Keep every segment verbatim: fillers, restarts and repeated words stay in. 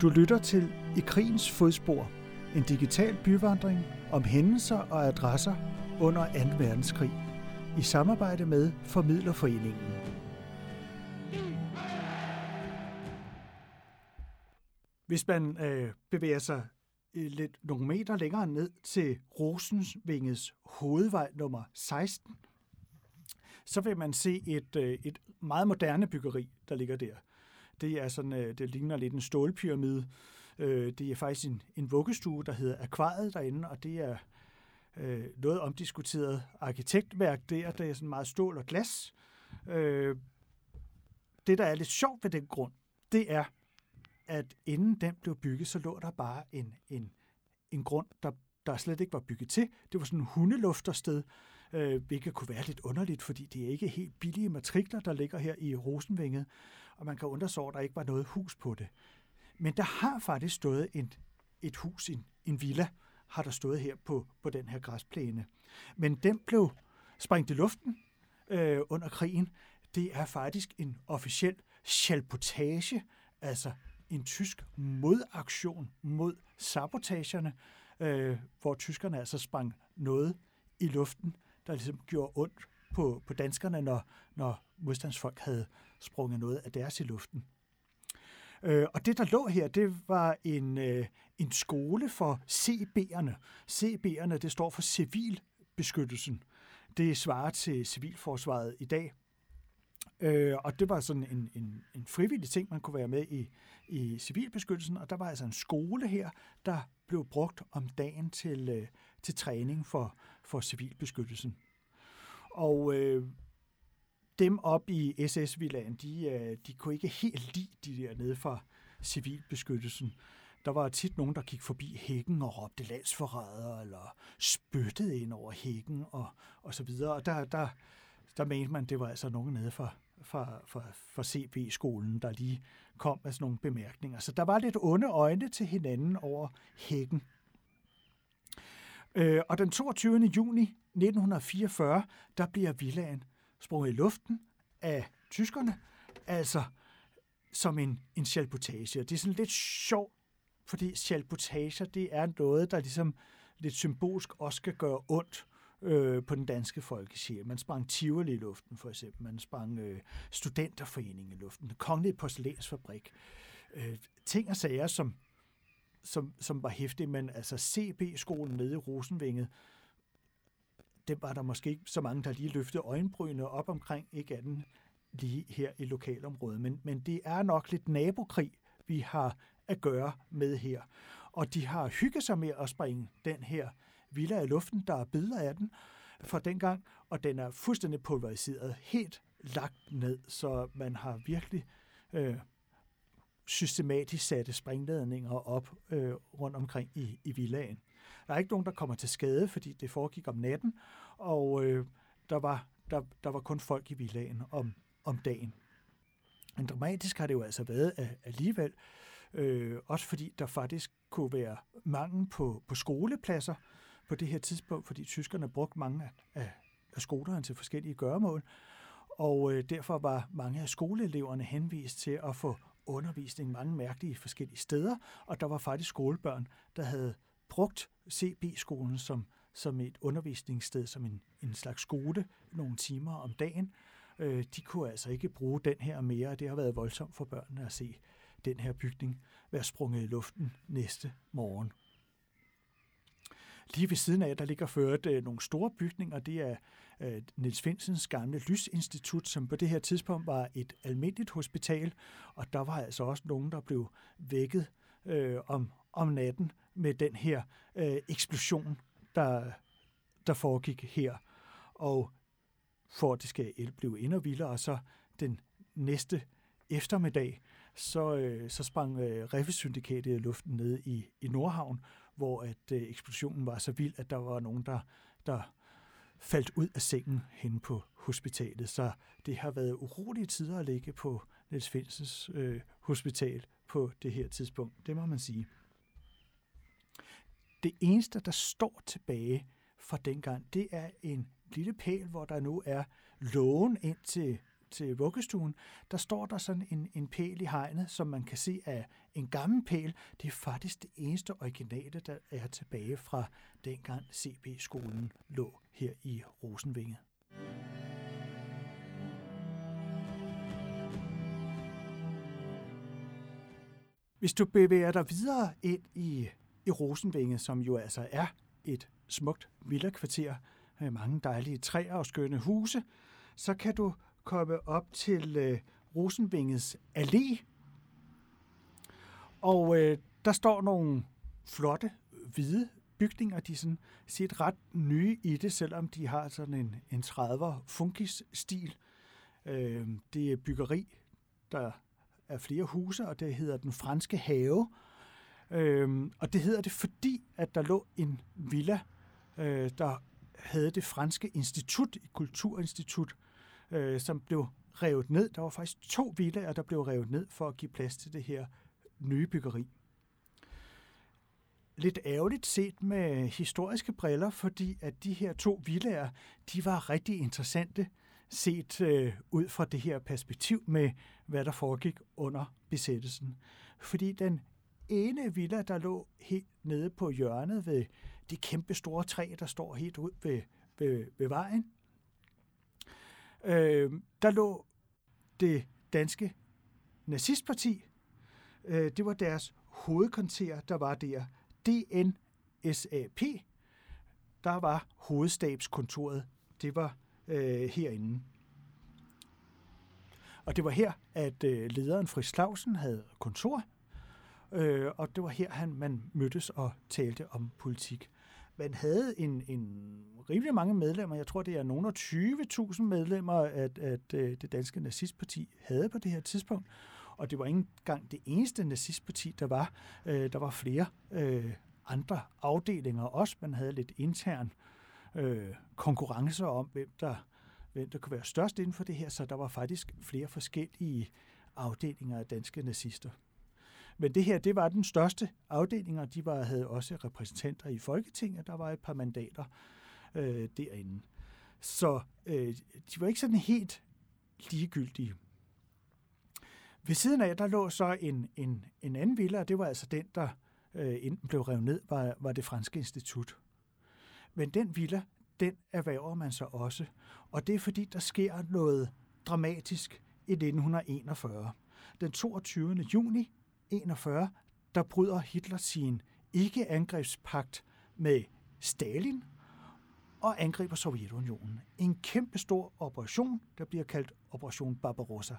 Du lytter til I krigens fodspor, en digital byvandring om hændelser og adresser under anden verdenskrig, i samarbejde med Formidlerforeningen. Hvis man øh, bevæger sig lidt nogle meter længere ned til Rosensvingets hovedvej nummer seksten, så vil man se et, øh, et meget moderne byggeri, der ligger der. Det er sådan, øh, det ligner lidt en stålpyramide. Øh, det er faktisk en, en vuggestue, der hedder Akvariet derinde, og det er øh, noget omdiskuteret arkitektværk der. Det er sådan meget stål og glas. Øh, det, der er lidt sjovt ved den grund, det er, at inden den blev bygget, så lå der bare en, en, en grund, der, der slet ikke var bygget til. Det var sådan en hundeluftersted, øh, hvilket kunne være lidt underligt, fordi det er ikke helt billige matrikler, der ligger her i Rosenvinget, og man kan undre sig over, at der ikke var noget hus på det. Men der har faktisk stået en, et hus, en, en villa, har der stået her på, på den her græsplæne. Men den blev sprængt i luften øh, under krigen. Det er faktisk en officiel sabotage, altså en tysk modaktion mod sabotagerne, øh, hvor tyskerne altså sprang noget i luften, der ligesom gjorde ondt på, på danskerne, når, når modstandsfolk havde sprunget noget af deres i luften. Øh, og det, der lå her, det var en, øh, en skole for C B'erne. C B'erne, det står for civilbeskyttelsen. Det svarer til civilforsvaret i dag. Øh, og det var sådan en, en, en frivillig ting, man kunne være med i, i civilbeskyttelsen, og der var altså en skole her, der blev brugt om dagen til, øh, til træning for, for civilbeskyttelsen. Og øh, dem op i S S-villaen, de, øh, de kunne ikke helt lide de der nede fra civilbeskyttelsen. Der var tit nogen, der gik forbi hækken og råbte landsforræder, eller spyttede ind over hækken, og, og så videre. Og der, der, der mente man, det var altså nogen nede fra, fra, fra, fra C B-skolen, der lige kom med sådan nogle bemærkninger. Så der var lidt onde øjne til hinanden over hækken. Øh, og den toogtyvende juni nitten fireogfyrre, der bliver villaen sprunget i luften af tyskerne, altså som en, en sabotage. Det er sådan lidt sjovt, fordi sabotager, det er noget, der ligesom lidt symbolsk også skal gøre ondt øh, på den danske folkesjæl. Man sprang Tivoli i luften, for eksempel. Man sprang øh, Studenterforeningen i luften. Den Kongelige Porcelænsfabrik. Øh, ting og sager, som, som, som var hæftige, men altså C B-skolen nede i Rosenvinget, det var der måske ikke så mange, der lige løftede øjenbrynene op omkring, ikke anden lige her i lokalområdet. Men, men det er nok lidt nabokrig, vi har at gøre med her. Og de har hygget sig med at springe den her villa i luften. Der er billeder af den fra dengang, og den er fuldstændig pulveriseret, helt lagt ned, så man har virkelig øh, systematisk satte springladninger op øh, rundt omkring i, i villaen. Der er ikke nogen, der kommer til skade, fordi det foregik om natten, og øh, der, var, der, der var kun folk i villaen om, om dagen. Men dramatisk har det jo altså været alligevel, øh, også fordi der faktisk kunne være mangel på, på skolepladser på det her tidspunkt, fordi tyskerne brugte mange af, af skolerne til forskellige gøremål, og øh, derfor var mange af skoleeleverne henvist til at få undervisning mange mærkelige forskellige steder, og der var faktisk skolebørn, der havde brugt C B-skolen som, som et undervisningssted, som en, en slags skole, nogle timer om dagen. Øh, de kunne altså ikke bruge den her mere, og det har været voldsomt for børnene at se den her bygning være sprunget i luften næste morgen. Lige ved siden af, der ligger ført øh, nogle store bygninger. Det er øh, Niels Finsens gamle Lysinstitut, som på det her tidspunkt var et almindeligt hospital, og der var altså også nogen, der blev vækket øh, om, om natten med den her øh, eksplosion, der, der foregik her. Og for at det skal blive endnu vildere, så den næste eftermiddag, så, øh, så sprang øh, Reffe-syndikatet i luften nede i, i Nordhavn, hvor at øh, eksplosionen var så vild, at der var nogen, der, der faldt ud af sengen hen på hospitalet. Så det har været urolige tider at ligge på Niels Finsens øh, hospital på det her tidspunkt. Det må man sige. Det eneste, der står tilbage fra dengang, det er en lille pæl, hvor der nu er lågen ind til til vuggestuen, der står der sådan en, en pæl i hegnet, som man kan se er en gammel pæl. Det er faktisk det eneste originale, der er tilbage fra dengang C B-skolen lå her i Rosenvinge. Hvis du bevæger dig videre ind i, i Rosenvinge, som jo altså er et smukt villakvarter med mange dejlige træer og skønne huse, så kan du komme op til øh, Rosenvinges Allé. Og øh, der står nogle flotte, hvide bygninger. De er sådan set ret nye i det, selvom de har sådan en, en trediver funkis-stil. Øh, det er byggeri, der er flere huse, og det hedder Den Franske Have. Øh, og det hedder det, fordi at der lå en villa, øh, der havde det franske institut, kulturinstitut, øh, som blev revet ned. Der var faktisk to villaer, der blev revet ned for at give plads til det her nye byggeri. Lidt ærgerligt set med historiske briller, fordi at de her to villaer, de var rigtig interessante set øh, ud fra det her perspektiv med, hvad der foregik under besættelsen. Fordi den ene villa, der lå helt nede på hjørnet ved de kæmpe store træ, der står helt ud ved, ved, ved vejen, øh, der lå det danske nazistparti. Øh, det var deres hovedkvarter, der var der. D N S A P, der var hovedstabskontoret. Det var øh, herinde. Og det var her, at øh, lederen Frits Clausen havde kontor, øh, og det var her, han, man mødtes og talte om politik. Man havde en, en rimelig mange medlemmer. Jeg tror, det er nogle af tyve tusind medlemmer, at, at øh, det danske nazistparti havde på det her tidspunkt. Og det var ikke engang det eneste nazistparti, der var. Øh, der var flere øh, andre afdelinger også. Man havde lidt intern øh, konkurrencer om, hvem der, hvem der kunne være størst inden for det her. Så der var faktisk flere forskellige afdelinger af danske nazister. Men det her, det var den største afdeling, og de var, havde også repræsentanter i Folketinget. Der var et par mandater øh, derinde. Så øh, de var ikke sådan helt ligegyldige. Ved siden af, der lå så en, en, en anden villa, og det var altså den, der øh, enten blev revet ned, var, var det franske institut. Men den villa, den erhverver man så også. Og det er fordi, der sker noget dramatisk i nitten enogfyrre. Den toogtyvende juni enogfyrre, der bryder Hitler sin ikke-angrebspagt med Stalin og angriber Sovjetunionen. En kæmpe stor operation, der bliver kaldt Operation Barbarossa.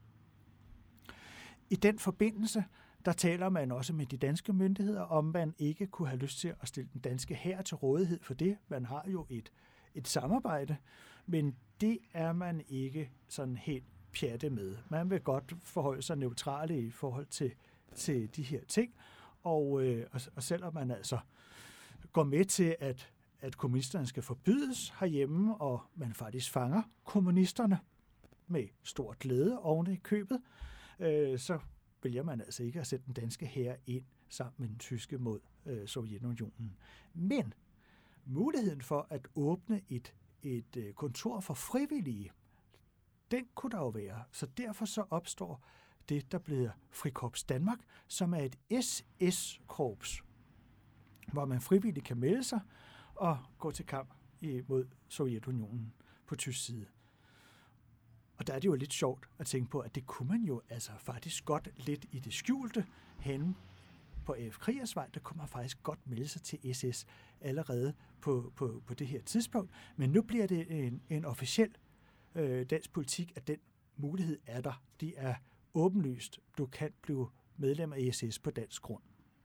I den forbindelse, der taler man også med de danske myndigheder, om man ikke kunne have lyst til at stille den danske hær til rådighed for det. Man har jo et, et samarbejde, men det er man ikke sådan helt pjatte med. Man vil godt forholde sig neutrale i forhold til, til de her ting, og, øh, og, og selvom man altså går med til, at, at kommunisterne skal forbydes herhjemme, og man faktisk fanger kommunisterne med stor glæde oven i købet, øh, så vælger man altså ikke at sætte den danske hær ind sammen med den tyske mod øh, Sovjetunionen. Men muligheden for at åbne et, et øh, kontor for frivillige, den kunne der jo være. Så derfor så opstår det, der bliver Frikorps Danmark, som er et S S-korps, hvor man frivilligt kan melde sig og gå til kamp mod Sovjetunionen på tysk side. Og der er det jo lidt sjovt at tænke på, at det kunne man jo altså faktisk godt lidt i det skjulte henne på A F Krigersvej, der kunne man faktisk godt melde sig til S S allerede på, på, på det her tidspunkt. Men nu bliver det en, en officiel øh, dansk politik, at den mulighed er der. Det er åbenlyst. Du kan blive medlem af S S på dansk grund.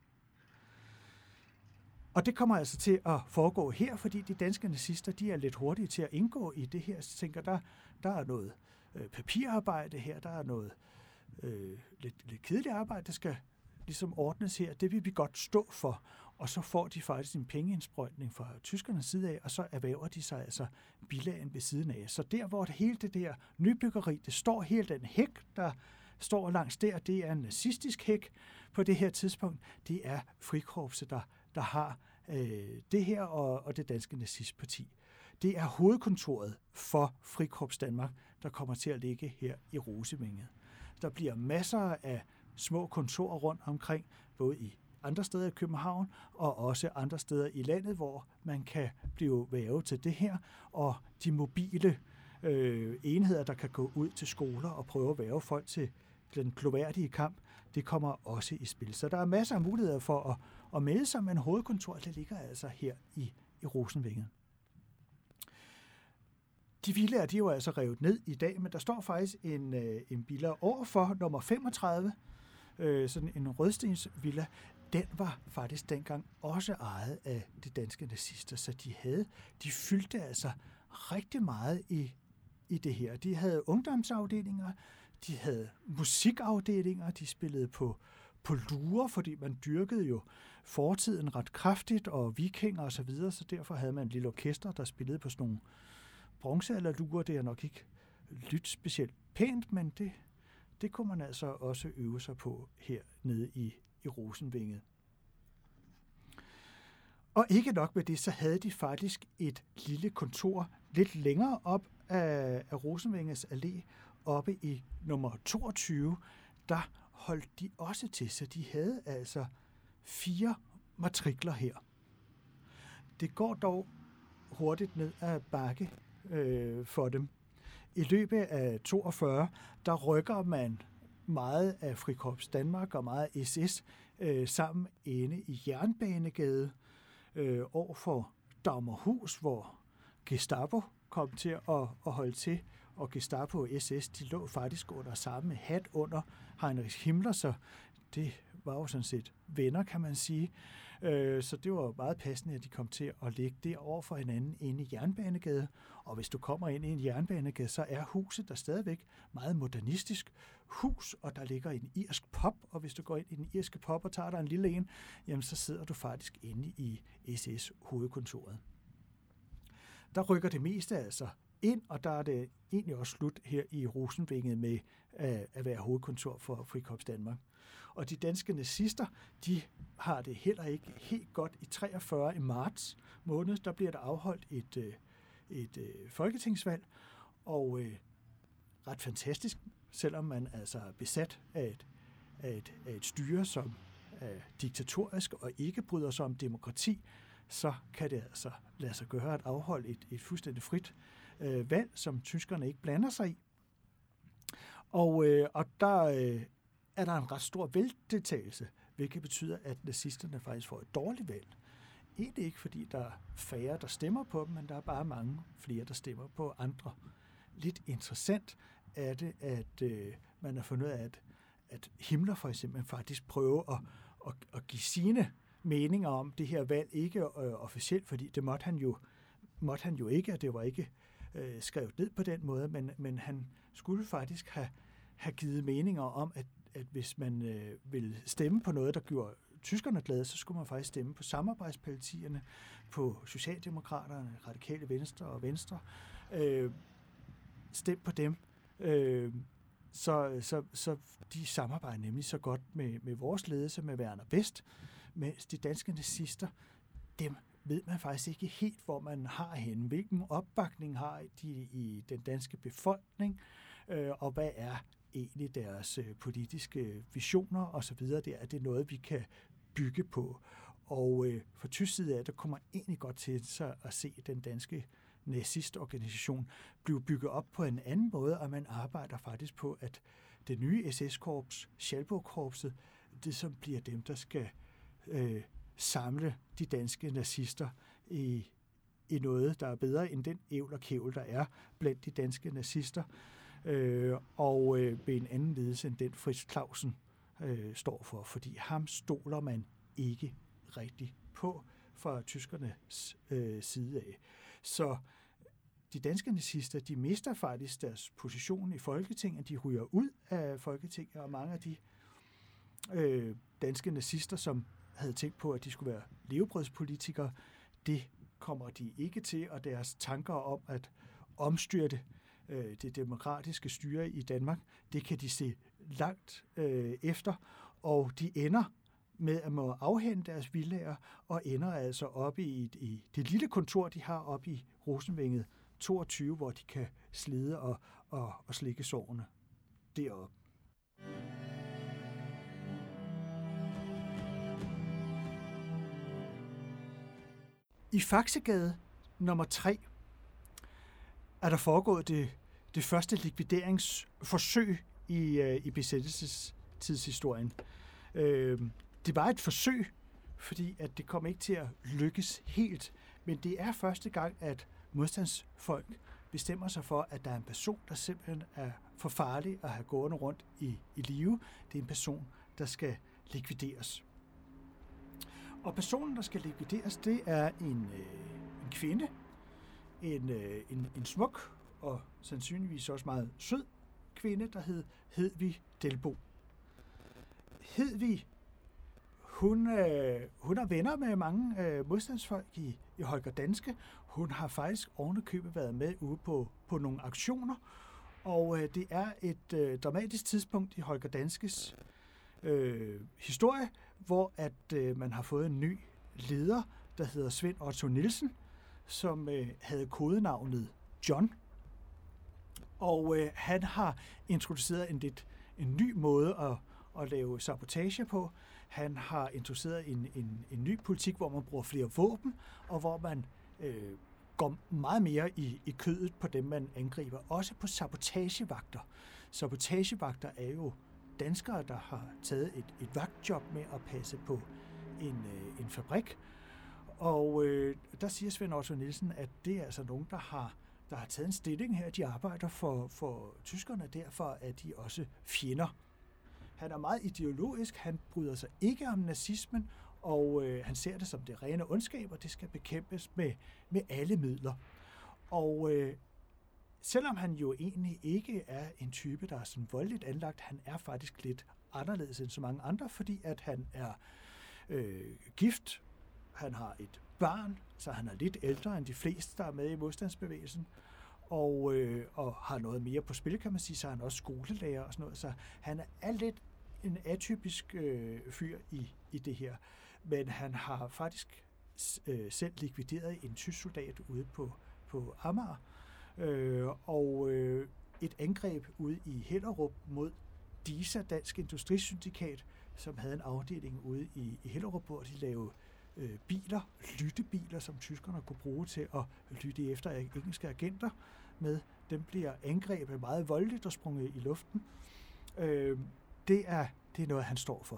Og det kommer altså til at foregå her, fordi de danske nazister, de er lidt hurtige til at indgå i det her. Så tænker, der, der er noget øh, papirarbejde her, der er noget øh, lidt, lidt kedeligt arbejde, der skal ligesom ordnes her. Det vil vi godt stå for. Og så får de faktisk en pengeindsprøjtning fra tyskernes side af, og så erhverver de sig altså bilagen ved siden af. Så der, hvor det hele det der nybyggeri, det står hele den hæk, der står langs der, det er en nazistisk hæk på det her tidspunkt. Det er Frikorpset, der, der har øh, det her, og, og det danske nazistparti. det er hovedkontoret for Frikorps Danmark, der kommer til at ligge her i Rosevinget. Der bliver masser af små kontorer rundt omkring, både i andre steder i København og også andre steder i landet, hvor man kan blive værge til det her, og de mobile øh, enheder, der kan gå ud til skoler og prøve at værge folk til den gloværdige kamp, det kommer også i spil. Så der er masser af muligheder for at, at melde sig, men hovedkontoret det ligger altså her i, i Rosenvinget. De villaer, de er jo altså revet ned i dag, men der står faktisk en, en villa overfor, nummer femogtredive, øh, sådan en rødstensvilla. Den var faktisk dengang også ejet af de danske nazister, så de havde, de fyldte altså rigtig meget i, i det her. De havde ungdomsafdelinger, de havde musikafdelinger, de spillede på, på lurer, fordi man dyrkede jo fortiden ret kraftigt, og vikinger og så videre, så derfor havde man en lille orkester, der spillede på sådan nogle bronzealderlurer. Det er nok ikke lyt specielt pænt, men det, det kunne man altså også øve sig på her nede i, i Rosenvinget. Og ikke nok med det, så havde de faktisk et lille kontor lidt længere op af, af Rosenvinges Allé, oppe i nummer toogtyve, der holdt de også til, så de havde altså fire matrikler her. Det går dog hurtigt ned ad bakke øh, for dem. I løbet af toogfyrre, der rykker man meget af Frikorps Danmark og meget af S S øh, sammen inde i Jernbanegade øh, over for Dagmarhus, hvor Gestapo kom til at, at holde til, og Gestapo og S S, de lå faktisk under samme hat under Heinrich Himmler, så det var jo sådan set venner, kan man sige. Så det var meget passende, at de kom til at ligge der over for hinanden inde i Jernbanegade. Og hvis du kommer ind i en jernbanegade, så er huset der stadigvæk meget modernistisk hus, og der ligger en irsk pub, og hvis du går ind i den irske pub og tager dig en lille en, jamen så sidder du faktisk inde i S S-hovedkontoret. Der rykker det meste altså ind, og der er det egentlig også slut her i Rosenvinget med at være hovedkontor for Frikorps Danmark. Og de danske nazister, de har det heller ikke helt godt. I treogfyrre i marts måned, der bliver der afholdt et, et, et folketingsvalg, og øh, ret fantastisk, selvom man altså er besat af et, af et, af et styre, som er diktatorisk og ikke bryder sig om demokrati, så kan det altså lade sig gøre at afholde et, et fuldstændig frit øh, valg, som tyskerne ikke blander sig i. Og, øh, og der øh, er der en ret stor valgdeltagelse, hvilket betyder, at nazisterne faktisk får et dårligt valg. Egentlig ikke, fordi der er færre, der stemmer på dem, men der er bare mange flere, der stemmer på andre. Lidt interessant er det, at øh, man har fundet ud af, at, at Himmler for eksempel faktisk prøver at, at, at give sine meninger om det her valg ikke øh, officielt, fordi det måtte han jo, måtte han jo ikke, og det var ikke øh, skrevet ned på den måde, men, men han skulle faktisk have, have givet meninger om, at, at hvis man øh, ville stemme på noget, der gjorde tyskerne glade, så skulle man faktisk stemme på samarbejdspartierne, på Socialdemokraterne, Radikale Venstre og Venstre. Øh, stem på dem. Øh, så, så, så de samarbejder nemlig så godt med, med vores ledelse, med Werner Best, mens de danske nazister, dem ved man faktisk ikke helt, hvor man har henne. Hvilken opbakning har de i den danske befolkning, øh, og hvad er egentlig deres øh, politiske visioner osv. Det er det noget, vi kan bygge på. Og øh, fra tysk side af, der kommer egentlig godt til sig at se den danske nazistorganisation blive bygget op på en anden måde, og man arbejder faktisk på, at det nye S S-korps, Schalburg-korpset, det som bliver dem, der skal øh, samle de danske nazister i, i noget, der er bedre end den ævl og kævl, der er blandt de danske nazister, øh, og øh, med en anden ledelse end den Fritz Clausen øh, står for, fordi ham stoler man ikke rigtig på fra tyskernes øh, side af. Så de danske nazister, de mister faktisk deres position i Folketinget, de ryger ud af Folketinget, og mange af de øh, danske nazister, som havde tænkt på, at de skulle være levebrødspolitikere, det kommer de ikke til, og deres tanker om at omstyrte øh, det demokratiske styre i Danmark, det kan de se langt øh, efter, og de ender med at må afhente deres villager, og ender altså oppe i, i det lille kontor, de har oppe i Rosenvænget toogtyve, hvor de kan slide og, og, og slikke sårene deroppe. I Faxegade nummer tre er der foregået det, det første likvideringsforsøg i, i besættelsestidshistorien. Øh, det var et forsøg, fordi at det kom ikke til at lykkes helt, men det er første gang, at modstandsfolk bestemmer sig for, at der er en person, der simpelthen er for farlig at have gående rundt i, i live. Det er en person, der skal likvideres. Og personen, der skal likvideres, det er en, øh, en kvinde, en, øh, en, en smuk og sandsynligvis også meget sød kvinde, der hed Hedvig Delbo. Hedvig, hun, øh, hun er venner med mange øh, modstandsfolk i, i Holger Danske. Hun har faktisk ovenikøbet været med ude på, på nogle aktioner, og øh, det er et øh, dramatisk tidspunkt i Holger Danskes øh, historie, hvor at øh, man har fået en ny leder, der hedder Svend Otto Nielsen, som øh, havde kodenavnet John. Og øh, han har introduceret en lidt en ny måde at, at lave sabotage på. Han har introduceret en, en, en ny politik, hvor man bruger flere våben, og hvor man øh, går meget mere i, i kødet på dem, man angriber. Også på sabotagevagter. Sabotagevagter er jo danskere, der har taget et, et vagtjob med at passe på en, øh, en fabrik. Og øh, der siger Svend Otto Nielsen, at det er altså nogen, der har, der har taget en stilling her. De arbejder for, for tyskerne, derfor er de også fjender. Han er meget ideologisk, han bryder sig ikke om nazismen, og øh, han ser det som det rene ondskab, og det skal bekæmpes med, med alle midler. Og øh, selvom han jo egentlig ikke er en type, der er sådan voldeligt anlagt, han er faktisk lidt anderledes end så mange andre, fordi at han er øh, gift, han har et barn, så han er lidt ældre end de fleste, der er med i modstandsbevægelsen, og, øh, og har noget mere på spil, kan man sige, så er han også skolelærer og sådan noget, så han er lidt en atypisk øh, fyr i, i det her, men han har faktisk øh, selv likvideret en tysk soldat ude på, på Amager, øh, og øh, et angreb ude i Hellerup mod DISA, Dansk Industrisyndikat, som havde en afdeling ude i, i Hellerup, hvor de lavede øh, biler, lyttebiler, som tyskerne kunne bruge til at lytte efter engelske agenter med. Dem bliver angrebet meget voldeligt og sprunget i luften. Øh, det, er, det er noget, han står for.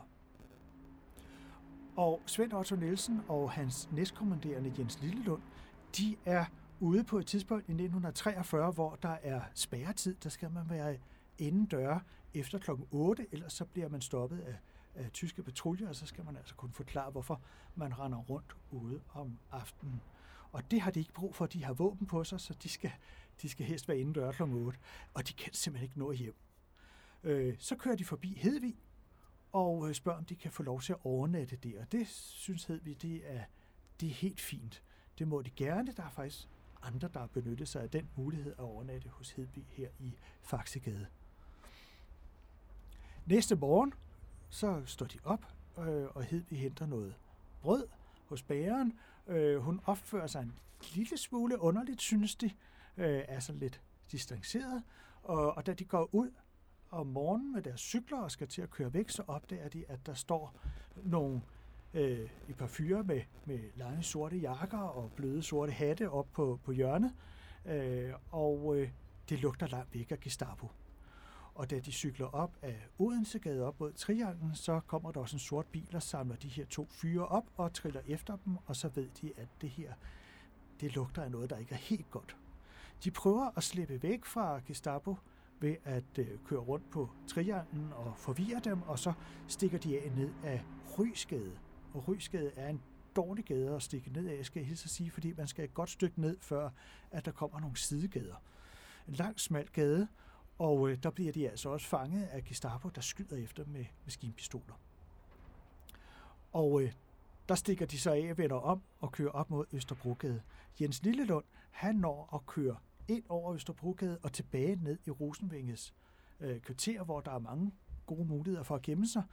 Og Svend Otto Nielsen og hans næstkommanderende Jens Lillelund, de er ude på et tidspunkt i nitten treogfyrre, hvor der er spærretid. Der skal man være indendøre efter klokken otte, ellers så bliver man stoppet af, af tyske patruljer, og så skal man altså kunne forklare, hvorfor man render rundt ude om aftenen. Og det har de ikke brug for. De har våben på sig, så de skal, de skal helst være indendøre klokken otte, og de kan simpelthen ikke nå hjem. Øh, så kører de forbi Hedvig og spørger, om de kan få lov til at overnatte der. Det synes Hedvig, det er, det er helt fint. Det må de gerne. Der er faktisk andre, der har benyttet sig af den mulighed at overnatte hos Hedvig her i Faxegade. Næste morgen, så står de op, øh, og Hedvig henter noget brød hos bageren. Øh, hun opfører sig en lille smule underligt, synes de, øh, er sådan lidt distanceret. Og, og da de går ud om morgenen med deres cykler og skal til at køre væk, så opdager de, at der står nogle øh, et par fyre med, med lange sorte jakker og bløde sorte hatte op på, på hjørnet. Øh, og øh, det lugter langt væk af Gestapo. Og da de cykler op af Odensegade op mod Trianglen, så kommer der også en sort bil og samler de her to fyre op og triller efter dem, og så ved de, at det her, det lugter af noget, der ikke er helt godt. De prøver at slippe væk fra Gestapo ved at øh, køre rundt på Trianglen og forvirre dem, og så stikker de af ned af Rysgade. Og Rysgade er en dårlig gade at stikke ned af, skal jeg hilse at sige, fordi man skal et godt stykke ned, før at der kommer nogle sidegader. En lang, smal gade, og øh, der bliver de altså også fanget af Gestapo, der skyder efter med maskinpistoler. Og øh, der stikker de så af og vender om og kører op mod Østerbrogade. Jens Lillelund, han når at køre ind over Østerbrogade og tilbage ned i Rosenvængets øh, kvarter, hvor der er mange gode muligheder for at gemme sig.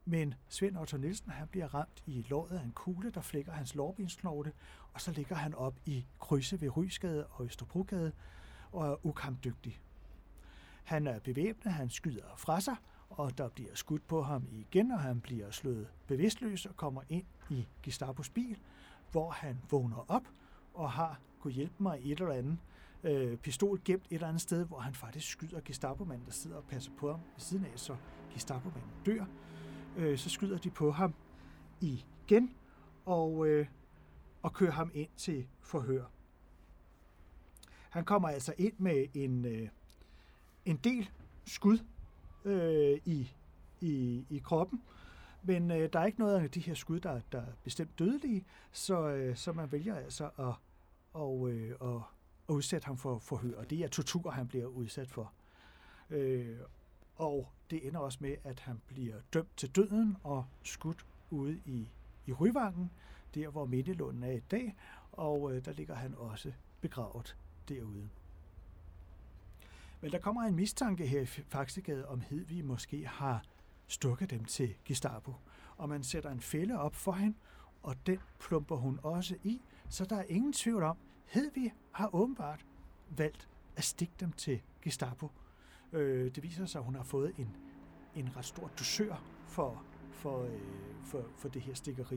Men Svend Otto Nielsen, han bliver ramt i låret af en kugle, der flækker hans lårbensknogle, og så ligger han op i krydset ved Rysgade og Østerbrogade og er ukampdygtig. Han er bevæbnet, han skyder fra sig, og der bliver skudt på ham igen, og han bliver slået bevidstløs og kommer ind i Gestapos bil, hvor han vågner op og har kunne hjælpe mig i et eller andet øh, pistol gemt et eller andet sted, hvor han faktisk skyder Gestapomanden, der sidder og passer på ham ved siden af, så Gestapomanden dør. Øh, så skyder de på ham igen og, øh, og kører ham ind til forhør. Han kommer altså ind med en, øh, en del skud øh, i, i, i kroppen, men øh, der er ikke noget af de her skud, der, der er bestemt dødelige, så, øh, så man vælger altså at, og, øh, at, at udsætte ham for forhør. Og det er tortur, han bliver udsat for. Øh, og det ender også med, at han bliver dømt til døden og skudt ude i, i Ryvangen, der hvor Mindelunden er i dag, og øh, der ligger han også begravet derude. Men der kommer en mistanke her i Faxegade, om Hedvig måske har stukket dem til Gestapo. Og man sætter en fælde op for hende, og den plumper hun også i, så der er ingen tvivl om, Hedvig har åbenbart valgt at stikke dem til Gestapo. Øh, det viser sig, at hun har fået en, en ret stor dusør for, for, øh, for, for det her stikkeri.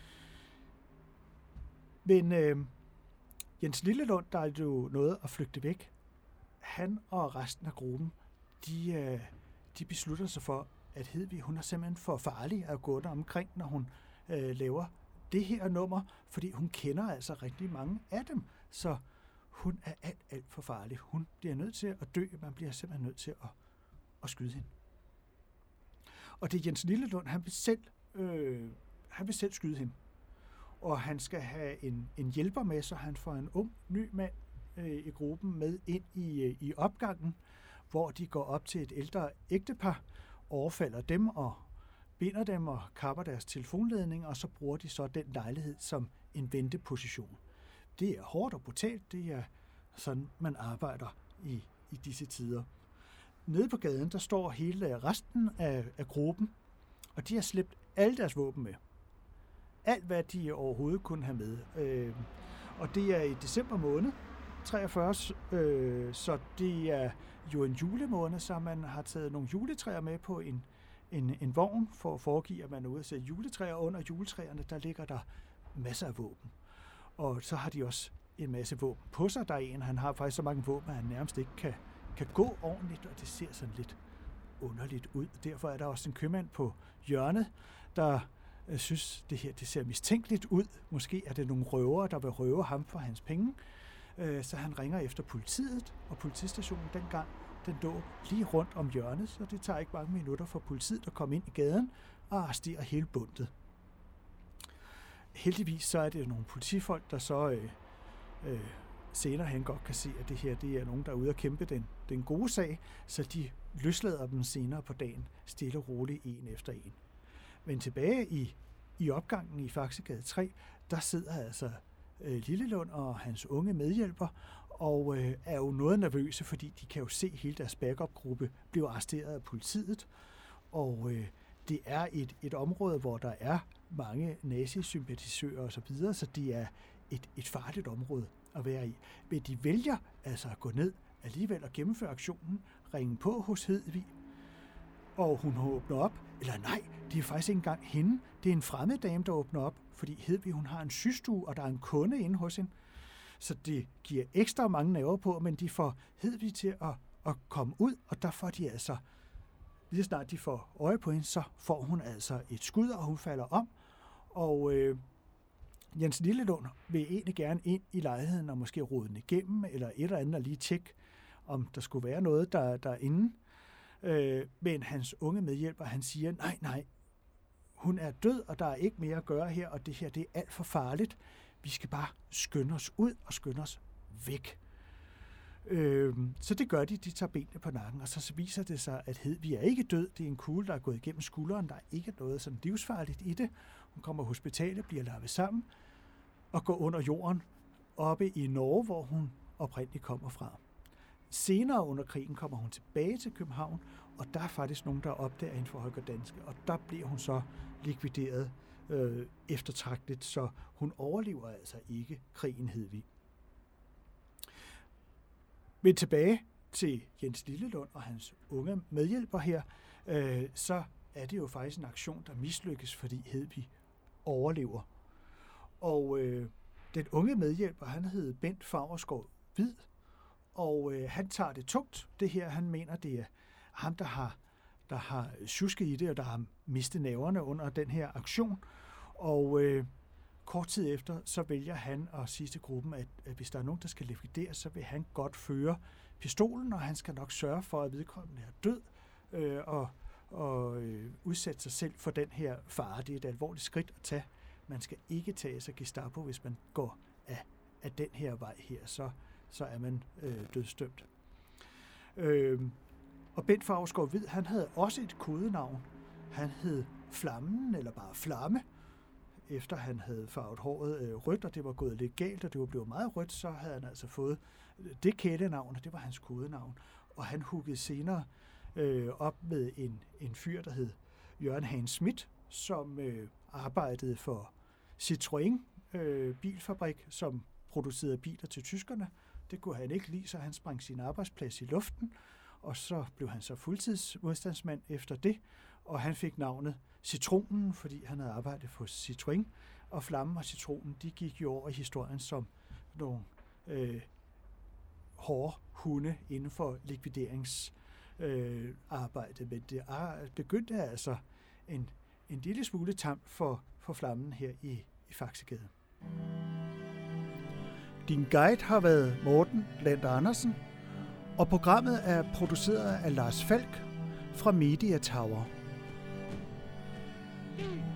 Men øh, Jens Lillelund, der er jo noget at flygte væk, han og resten af gruppen, de, øh, de beslutter sig for, at Hedvig, hun er simpelthen for farlig at gå der omkring, når hun øh, laver det her nummer, fordi hun kender altså rigtig mange af dem, så hun er alt, alt for farlig. Hun bliver nødt til at dø, man bliver simpelthen nødt til at, at skyde hende. Og det er Jens Lillelund, han vil selv, øh, han vil selv skyde hende. Og han skal have en, en hjælper med, så han får en ung, ny mand øh, i gruppen med ind i, øh, i opgangen, hvor de går op til et ældre ægtepar, overfalder dem og binder dem og kapper deres telefonledning, og så bruger de så den lejlighed som en venteposition. Det er hårdt og brutalt, det er sådan, man arbejder i, i disse tider. Nede på gaden, der står hele resten af, af gruppen, og de har slæbt alle deres våben med. Alt, hvad de overhovedet kunne have med. Øh, og det er i december måned, treogfyrre, øh, så det er jo en julemåned, så man har taget nogle juletræer med på en, en, en vogn, for at foregive, at man er ude at sætte juletræer. Under juletræerne, der ligger der masser af våben. Og så har de også en masse våben på sig. Der er en, han har faktisk så mange våben, at han nærmest ikke kan, kan gå ordentligt, og det ser sådan lidt underligt ud. Derfor er der også en købmand på hjørnet, der øh, synes, det her det ser mistænkeligt ud. Måske er det nogle røvere, der vil røve ham for hans penge. Øh, så han ringer efter politiet, og politistationen dengang, den lå lige rundt om hjørnet, så det tager ikke mange minutter for politiet at komme ind i gaden og arrestere hele bundet. Heldigvis så er det nogle politifolk, der så øh, øh, senere hen godt kan se, at det her det er nogen, der er ude at kæmpe den, den gode sag, så de løslader dem senere på dagen, stille og roligt en efter en. Men tilbage i, i opgangen i Faxegade tre, der sidder altså øh, Lillelund og hans unge medhjælper, og øh, er jo noget nervøse, fordi de kan jo se hele deres backup-gruppe blive arresteret af politiet, og øh, det er et, et område, hvor der er mange nazisympatisører og så videre, så det er et, et farligt område at være i. Men de vælger altså at gå ned alligevel og gennemføre aktionen, ringe på hos Hedvig, og hun åbner op, eller nej, det er faktisk ikke engang hende, det er en fremmed dame, der åbner op, fordi Hedvig, hun har en systue, og der er en kunde inde hos hende, så det giver ekstra mange nerver på, men de får Hedvig til at, at komme ud, og der får de altså, lige snart de får øje på hende, så får hun altså et skud, og hun falder om, og øh, Jens Lillelund vil egentlig gerne ind i lejligheden og måske rode den igennem, eller et eller andet, og lige tjekke, om der skulle være noget der, der er inde. Øh, men hans unge medhjælper, han siger, nej, nej, hun er død, og der er ikke mere at gøre her, og det her, det er alt for farligt. Vi skal bare skynde os ud og skynde os væk. Øh, så det gør de, de tager benene på nakken, og så viser det sig, at Hedvig er ikke død. Det er en kugle, der er gået igennem skulderen. Der er ikke noget sådan livsfarligt i det. Hun kommer på hospitalet, bliver lavet sammen og går under jorden oppe i Norge, hvor hun oprindeligt kommer fra. Senere under krigen kommer hun tilbage til København Og der er faktisk nogen, der opdager hende for Holger Danske, og der bliver hun så likvideret øh, eftertragteligt, så hun overlever altså ikke krigen, Hedvig. Men tilbage til Jens Lillelund og hans unge medhjælper her, øh, så er det jo faktisk en aktion, der mislykkes, fordi Hedvig overlever. Og øh, den unge medhjælper, han hed Bent Favrskov Hvid, og øh, han tager det tungt. Det her, han mener, det er ham, der har, der har sjusket i det, og der har mistet nerverne under den her aktion. Og øh, kort tid efter, så vælger han at sige til gruppen, at, at hvis der er nogen, der skal likvideres, så vil han godt føre pistolen, og han skal nok sørge for, at vedkommende er død, øh, og, og øh, udsætte sig selv for den her fare. Det er et alvorligt skridt at tage. Man skal ikke tage sig Gestapo, hvis man går af, af den her vej her, så, så er man øh, dødsdømt. Øh, og Bent Favrskov Hvid, han havde også et kodenavn. Han hed Flammen, eller bare Flamme. Efter han havde farvet håret øh, rødt, og det var gået lidt galt, og det var blevet meget rødt, så havde han altså fået det kælenavn, og det var hans kodenavn. Og han huggede senere øh, op med en, en fyr, der hed Jørgen Hans Schmidt, som øh, arbejdede for Citroën øh, bilfabrik, som producerede biler til tyskerne. Det kunne han ikke lide, så han sprang sin arbejdsplads i luften, og så blev han så fuldtidsmodstandsmand efter det, og han fik navnet Citronen, fordi han havde arbejdet for Citroën, og Flammen og Citronen, de gik jo over i historien som nogle øh, hårde hunde inden for likvideringsarbejde, øh, men det er, begyndte altså en, en lille smule tamt for, for Flammen her i, i Faxegade. Din guide har været Morten Lander Andersen, og programmet er produceret af Lars Falk fra Media Tower. Mm.